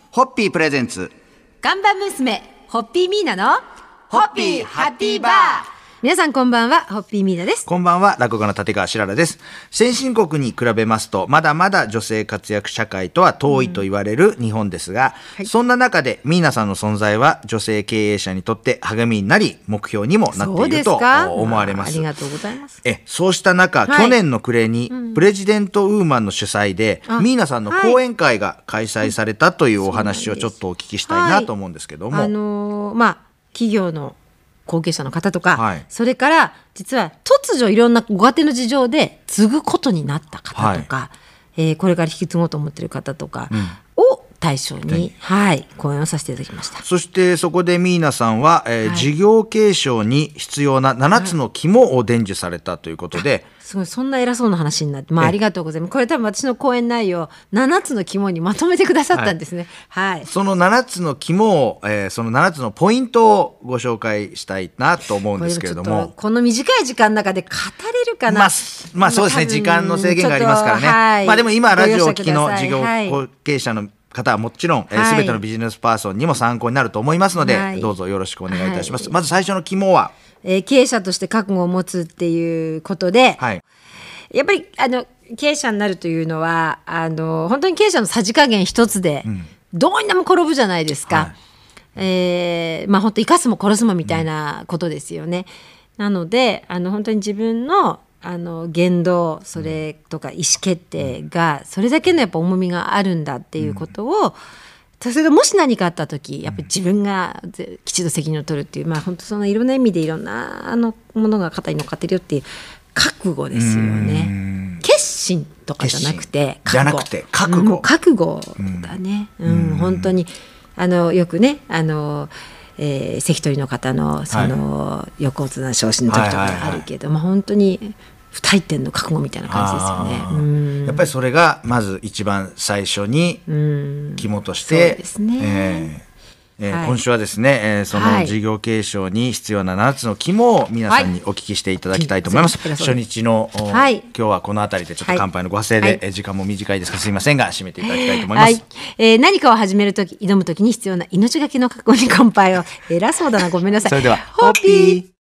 ホッピープレゼンツ看板娘ホッピーミーナのホッピーハッピーバー。 皆さんこんばんは、ホッピーミーナです。 こんばんは、落語家の立川しららです。先進国に比べますとまだまだ女性活躍社会とは遠いと言われる日本ですが、そんな中でミーナさんの存在は女性経営者にとって励みになり目標にもなっていると思われます。 ありがとうございます。 そうした中、去年の暮れにプレジデントウーマンの主催で、ミーナさんの講演会が開催されたというお話をちょっとお聞きしたいなと思うんですけども、 企業の後継者の方とか、それから実は突如いろんなご家庭の事情で継ぐことになった方とか、これから引き継ごうと思っている方とかを対象に、講演をさせていただきました。 そしてそこでミーナさんは、事業継承に必要な7つの肝を伝授されたということで、 すごいそんな偉そうな話になって、ありがとうございます。これ多分私の講演内容7つの肝にまとめてくださったんですね。 その7つの肝を、その7つのポイントをご紹介したいなと思うんですけれども、 この短い時間の中で語れるかな。 そうですね、時間の制限がありますからね。でも今ラジオを聞きの事業後継者の方はもちろん、全てのビジネスパーソンにも参考になると思いますので、どうぞよろしくお願いいたします。まず最初の肝は、 経営者として覚悟を持つっていうことで、やっぱり経営者になるというのは本当に経営者のさじ加減一つで、どうにでも転ぶじゃないですか。本当生かすも殺すもみたいなことですよね。なので本当に自分の言動、それとか意思決定がそれだけのやっぱ重みがあるんだっていうことを、それがもし何かあった時やっぱり自分がきちんと責任を取るっていう、本当そのいろんな意味でいろんなものが肩に乗っかってるよっていう覚悟ですよね。決心とかじゃなくて覚悟だね。本当によくね関取の方のその横綱昇進の時とかあるけど、本当に不退転の覚悟みたいな感じですよね。 やっぱりそれがまず一番最初に肝として、 そうですね。 今週はですね、その事業継承に必要な7つの肝を皆さんにお聞きしていただきたいと思います。初日の、今日はこの辺りでちょっと乾杯のご発声で、時間も短いですからすいませんが締めていただきたいと思います。 何かを始めるとき挑むときに必要な命がけの覚悟に乾杯を。偉そうだな、ごめんなさい。 それではホッピ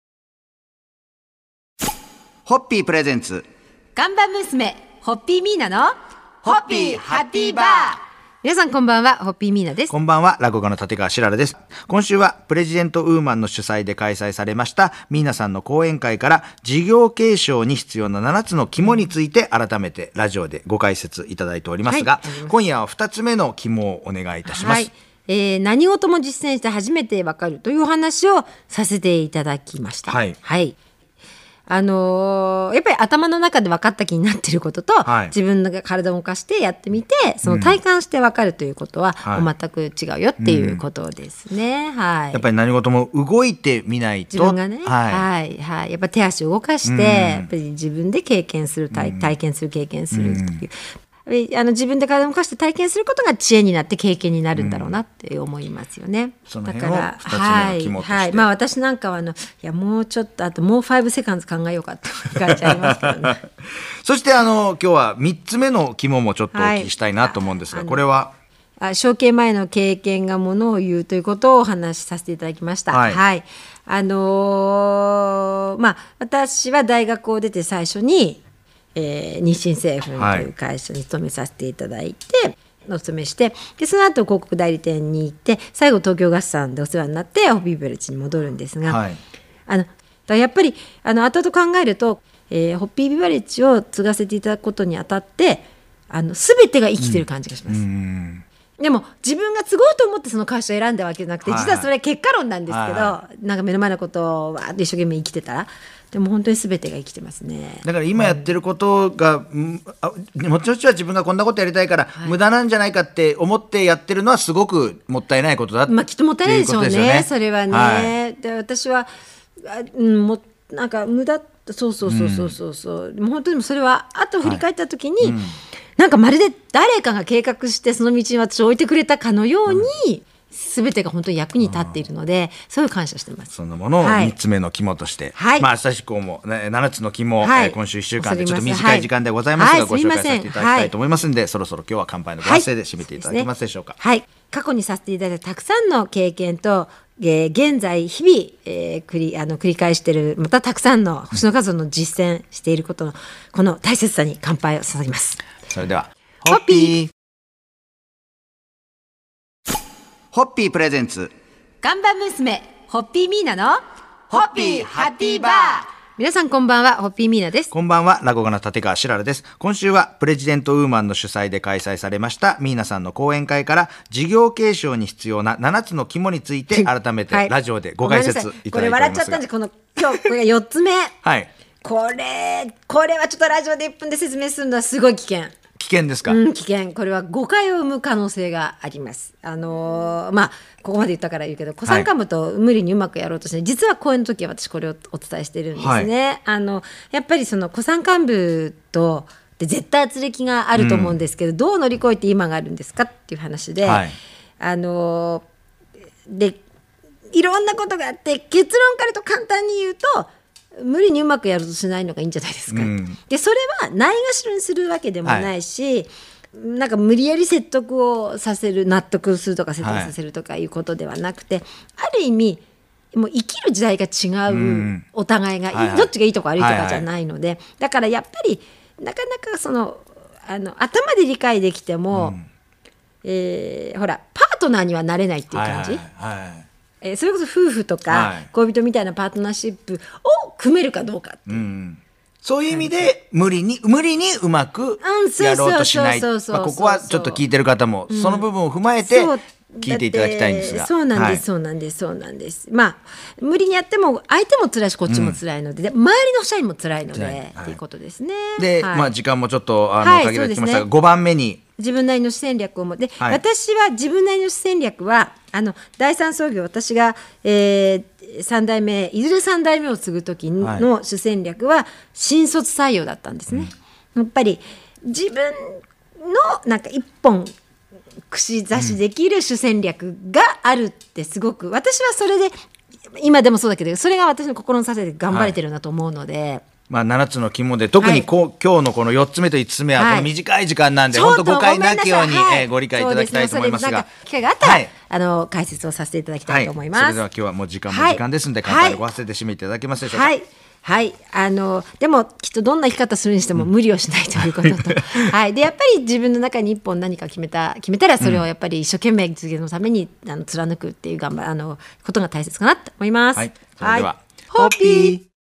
ープレゼンツ看板娘ホッピーミーナのホッピーハッピーバー。 皆さんこんばんは、ホッピーミーナです。 こんばんは、落語家の立川しららです。今週はプレジデントウーマンの主催で開催されましたミーナさんの講演会から事業継承に必要な7つの肝について改めてラジオでご解説いただいておりますが、今夜は2つ目の肝をお願いいたします。 何事も実践して初めてわかるというお話をさせていただきました。やっぱり頭の中で分かった気になっていることと、自分の体を動かしてやってみてその体感して分かるということは、全く違うよっていうことですね。やっぱり何事も動いてみないと自分がね、やっぱり手足を動かして、やっぱり自分で経験する、体験する経験するっていう、自分で体を動かして体験することが知恵になって経験になるんだろうなって思いますよね。 だから2つ目の肝として、 私なんかはもうちょっとあともう5セカンズ考えようかって感じありますけどね。 そして今日は3つ目の肝もちょっとお聞きしたいなと思うんですが、これは承継前の経験がものを言うということをお話しさせていただきました。私は大学を出て最初に日清製粉という会社に勤めさせていただいて、お勤めしてでその後広告代理店に行って最後東京ガスさんでお世話になってホッピーベルチに戻るんですが、やっぱり後々考えると、ホッピービバレッジを継がせていただくことにあたって全てが生きてる感じがします。でも自分が継ごうと思ってその会社を選んだわけじゃなくて、実はそれは結果論なんですけど、なんか目の前のことをわーっと一生懸命生きてたらでも本当に全てが生きてますね。 だから今やってることが、もちろんは自分がこんなことやりたいから、無駄なんじゃないかって思ってやってるのはすごくもったいないことだっていうことですよね。 きっともったいないでしょうね、それはね。で私はなんか無駄そうでも本当にそれは後振り返った時に、なんかまるで誰かが計画してその道に私を置いてくれたかのように、 全てが本当に役に立っているので、そういう感謝してます。 そのものを3つ目の肝として、 はい、 まあ朝日以降も、ね、7つの肝、 はい、 今週1週間でちょっと短い時間でございますが、 はい、 ご紹介させていただきたいと思いますので、そろそろ今日は乾杯のご発声で締めていただけますでしょうか。 はい、過去にさせていただいたたくさんの経験と、現在日々、繰り返しているまたたくさんの星の数の実践していることのこの大切さに乾杯を捧げます。 それではホッピーホッピープレゼンツ看板娘ホッピーミーナのホッピーハッピーバー。 皆さんこんばんは、ホッピーミーナです。 こんばんは、落語家の立川しららです。今週はプレジデントウーマンの主催で開催されましたミーナさんの講演会から事業継承に必要な7つの肝について改めてラジオでご解説いただいておりますが、 これ笑っちゃったんで、今日これが4つ目はい、 これはちょっとラジオで1分で説明するのはすごい危険。 危険ですか？ 危険。これは誤解を生む可能性があります。まあここまで言ったから言うけど、古参幹部と無理にうまくやろうとして、実は講演の時は私これをお伝えしてるんですね。やっぱりその古参幹部とで絶対圧力があると思うんですけど、どう乗り越えて今があるんですかっていう話で、でいろんなことがあって、結論からと簡単に言うと、無理にうまくやろうとしないのがいいんじゃないですか、でそれはないがしろにするわけでもないし、なんか無理やり説得をさせる、納得するとか説得させるとかいうことではなくて、ある意味もう生きる時代が違う、お互いが、どっちがいいとか悪いとかじゃないので、だからやっぱりなかなかその頭で理解できても、ほらパートナーにはなれないっていう感じ、それこそ夫婦とか恋人みたいなパートナーシップを組めるかどうかっていう、 そういう意味で無理にうまくやろうとしない。ここはちょっと聞いてる方もその部分を踏まえて聞いていただきたいんですが、 そうなんです、そうなんです、そうなんです。まあ無理にやっても相手も辛いしこっちも辛いので、周りの社員も辛いので、っていうことですね。 で、時間もちょっと限られてきましたが、5番目に自分なりの主戦略を持って、私は自分なりの主戦略は第三創業、私が、3代目いずれ3代目を継ぐ時の主戦略は新卒採用だったんですね、やっぱり自分のなんか一本串刺しできる主戦略があるってすごく、私はそれで今でもそうだけど、それが私の心の支えで頑張れてるなと思うので、7 つの肝で特に今日のこの4つ目と5つ目はこの短い時間なんで、本当誤解なきようにご理解いただきたいと思いますが、 機会があったら、解説をさせていただきたいと思います。 それでは今日はもう時間も時間ですので、乾杯のご発声で締めていただけますでしょうか。 はい、でもきっとどんな生き方するにしても無理をしないということと、でやっぱり自分の中に一本何か決めたら、それをやっぱり一生懸命実現のために貫くっていうことが大切かなと思います。 それではホッピー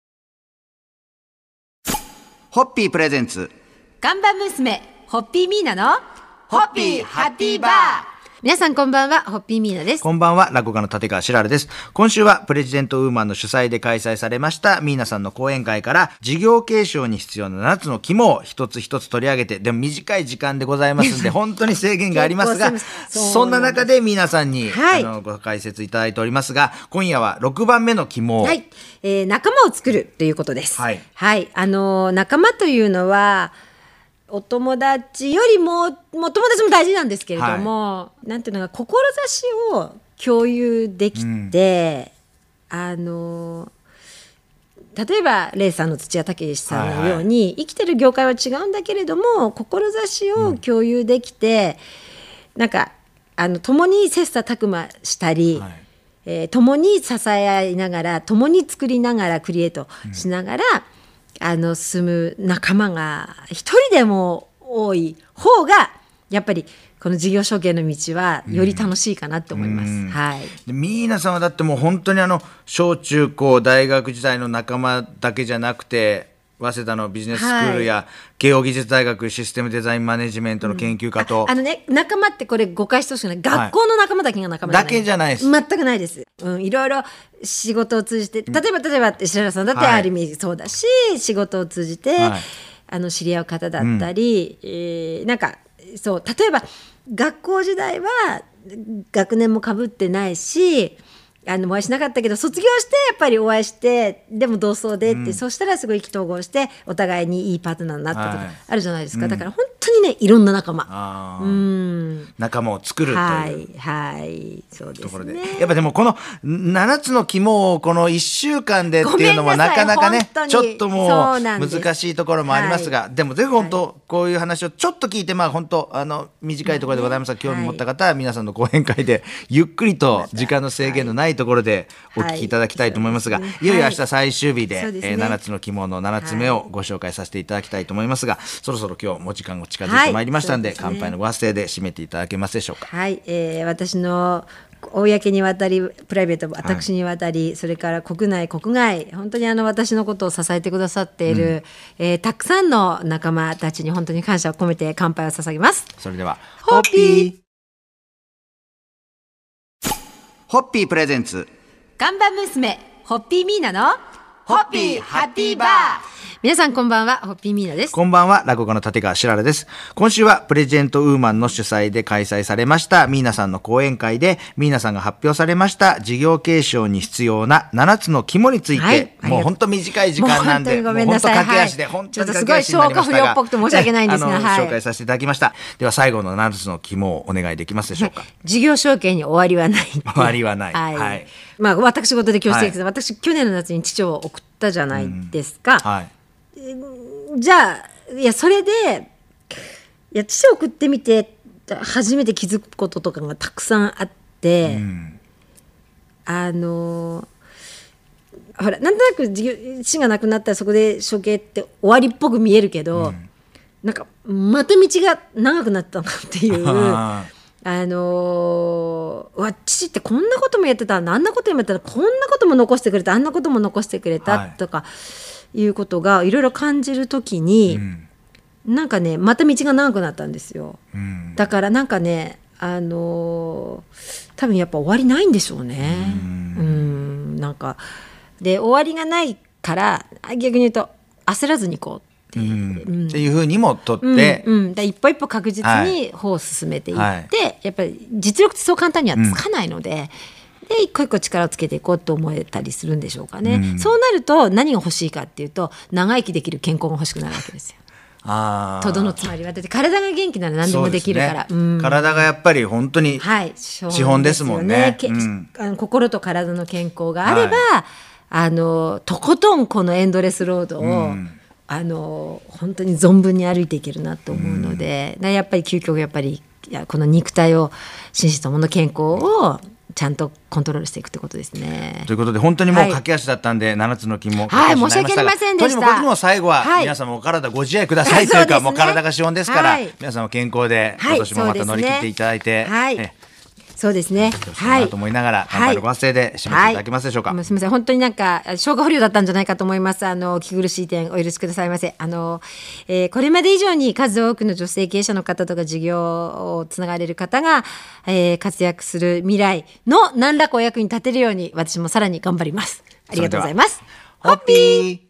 ホッピープレゼンツ看板娘ホッピーミーナのホッピーハッピーバー。 皆さんこんばんは、ホッピーミーナです。 こんばんは、落語家の立川しららです。今週はプレジデントウーマンの主催で開催されましたミーナさんの講演会から事業継承に必要な7つの肝を一つ一つ取り上げて、でも短い時間でございますんで本当に制限がありますが、そんな中でミーナさんに、ご解説いただいておりますが、今夜は6番目の肝を、 仲間を作るということです。仲間というのはお友達よりも友達も大事なんですけれども、なんていうのか、志を共有できて、例えばレイさんの土屋武さんのように、生きてる業界は違うんだけれども志を共有できて、なんか共に切磋琢磨したり、共に支え合いながら、共に作りながらクリエイトしながら、進む仲間が一人でも多い方がやっぱりこの事業承継の道はより楽しいかなと思います。 でミーナさんはだってもう本当に小中高大学時代の仲間だけじゃなくて、早稲田のビジネススクールや慶應義塾大学システムデザインマネジメントの研究家と、 仲間ってこれ誤解してほしくない、学校の仲間だけが仲間じゃない、 だけじゃないです。 全くないです。いろいろ仕事を通じて、例えば白良さんだってある意味そうだし、仕事を通じて、知り合う方だったり、なんかそう、例えば学校時代は学年もかぶってないし、 お会いしなかったけど卒業してやっぱりお会いしてでも同窓でって、そしたらすごい意気投合してお互いにいいパートナーになったとかあるじゃないですか、だから本当にねいろんな仲間仲間を作るという、 はいそうですね、ところでやっぱでもこの7つの肝をこの1週間でっていうのもなかなかねちょっともう難しいところもありますが、でもぜひ本当こういう話をちょっと聞いて本当短いところでございますが、興味持った方は皆さんの講演会でゆっくりと時間の制限のないところでお聞きいただきたいと思いますが、いよいよ明日最終日で7つの肝の7つ目をご紹介させていただきたいと思いますが、そろそろ今日も時間が近づいてまいりましたので、乾杯のご発声で締めていただけますでしょうか。 はい、私の公にわたりプライベート私にわたり、それから国内国外本当に私のことを支えてくださっている、たくさんの仲間たちに本当に感謝を込めて乾杯を捧げます。 それではホッピープレゼンツ看板娘ホッピーミーナのホッピーハッピーバー。皆さんこんばんは、ホッピーミーナです。 こんばんは、落語家の立川しららです。今週はプレジデントウーマンの主催で開催されましたミーナさんの講演会で、ミーナさんが発表されました事業継承に必要な7つの肝について、もう本当短い時間なんで、 もう本当にごめんなさい、 もう本当駆け足で、本当に駆け足になりましたが、 ちょっとすごい消化不良っぽくて申し訳ないんですが、 紹介させていただきました。では最後の7つの肝をお願いできますでしょうか。 事業承継に終わりはない。 終わりはない。 はい。私事で恐縮ですけど、私去年の夏に父を送ったじゃないですか。じゃあいやそれで父を送ってみて初めて気づくこととかがたくさんあって、ほらなんとなく父が亡くなったらそこで承継って終わりっぽく見えるけど、なんかまた道が長くなったなっていう父ってこんなこともやってた、あんなこともやってた、こんなことも残してくれた、あんなことも残してくれたとか、いうことがいろいろ感じるときに、なんかねまた道が長くなったんですよ、だからなんかね多分やっぱ終わりないんでしょうね。なんかで終わりがないから逆に言うと焦らずにいこうっていうふうにもとって、 一歩一歩確実に歩を進めていって、やっぱり実力ってそう簡単にはつかないので、で一個一個力をつけていこうと思えたりするんでしょうかね、そうなると何が欲しいかっていうと長生きできる健康が欲しくなるわけですよ。とどのつまりはだって体が元気なら何でもできるから、 体がやっぱり本当に資本ですもんね。 心と体の健康があれば、とことんこのエンドレスロードを、本当に存分に歩いていけるなと思うので、やっぱり究極やっぱりこの肉体を心身ともの健康をちゃんとコントロールしていくってことですね。 ということで本当にもう駆け足だったんで、7つの肝も申し訳ありませんでした。 とにもかくにも最後は皆さんもお体ご自愛くださいというか、もう体が資本ですから、皆さんも健康で今年もまた乗り切っていただいて、 そうですね。 と思いながら乾杯のご発声で締めていただけますでしょうか。 すみません、本当になんか消化不良だったんじゃないかと思います。気苦しい点お許しくださいませ。これまで以上に数多くの女性経営者の方とか事業をつながれる方が、活躍する未来の何らかお役に立てるように私もさらに頑張ります。ありがとうございます。 ホッピー。